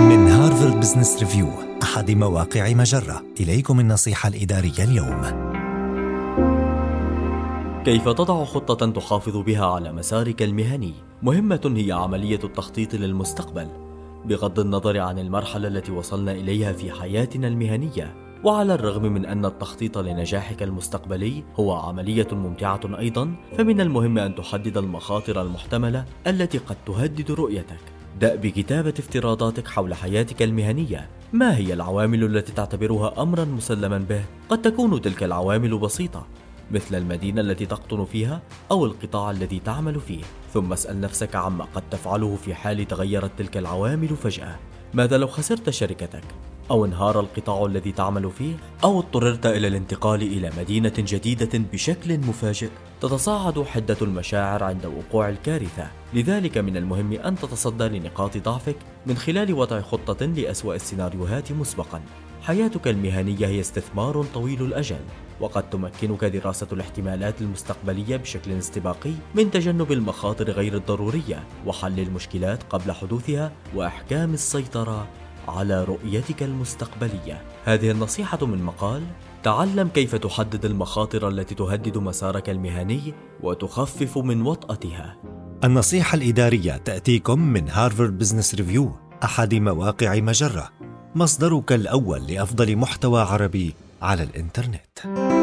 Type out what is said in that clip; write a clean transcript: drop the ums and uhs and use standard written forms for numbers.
من هارفارد بزنس ريفيو، أحد مواقع مجرة، إليكم النصيحة الإدارية اليوم. كيف تضع خطة تحافظ بها على مسارك المهني؟ مهمة هي عملية التخطيط للمستقبل بغض النظر عن المرحلة التي وصلنا إليها في حياتنا المهنية. وعلى الرغم من أن التخطيط لنجاحك المستقبلي هو عملية ممتعة أيضا، فمن المهم أن تحدد المخاطر المحتملة التي قد تهدد رؤيتك. دأ بكتابة افتراضاتك حول حياتك المهنية. ما هي العوامل التي تعتبرها أمرا مسلما به؟ قد تكون تلك العوامل بسيطة، مثل المدينة التي تقطن فيها أو القطاع الذي تعمل فيه. ثم اسأل نفسك عما قد تفعله في حال تغيرت تلك العوامل فجأة. ماذا لو خسرت شركتك؟ أو انهار القطاع الذي تعمل فيه؟ أو اضطررت إلى الانتقال إلى مدينة جديدة بشكل مفاجئ؟ تتصاعد حدة المشاعر عند وقوع الكارثة. لذلك من المهم أن تتصدى لنقاط ضعفك من خلال وضع خطة لأسوأ السيناريوهات مسبقا. حياتك المهنية هي استثمار طويل الأجل، وقد تمكنك دراسة الاحتمالات المستقبلية بشكل استباقي من تجنب المخاطر غير الضرورية وحل المشكلات قبل حدوثها وإحكام السيطرة على رؤيتك المستقبلية. هذه النصيحة من مقال تعلم كيف تحدد المخاطر التي تهدد مسارك المهني وتخفف من وطأتها. النصيحة الإدارية تأتيكم من هارفارد بزنس ريفيو، أحد مواقع مجرة، مصدرك الأول لأفضل محتوى عربي على الإنترنت.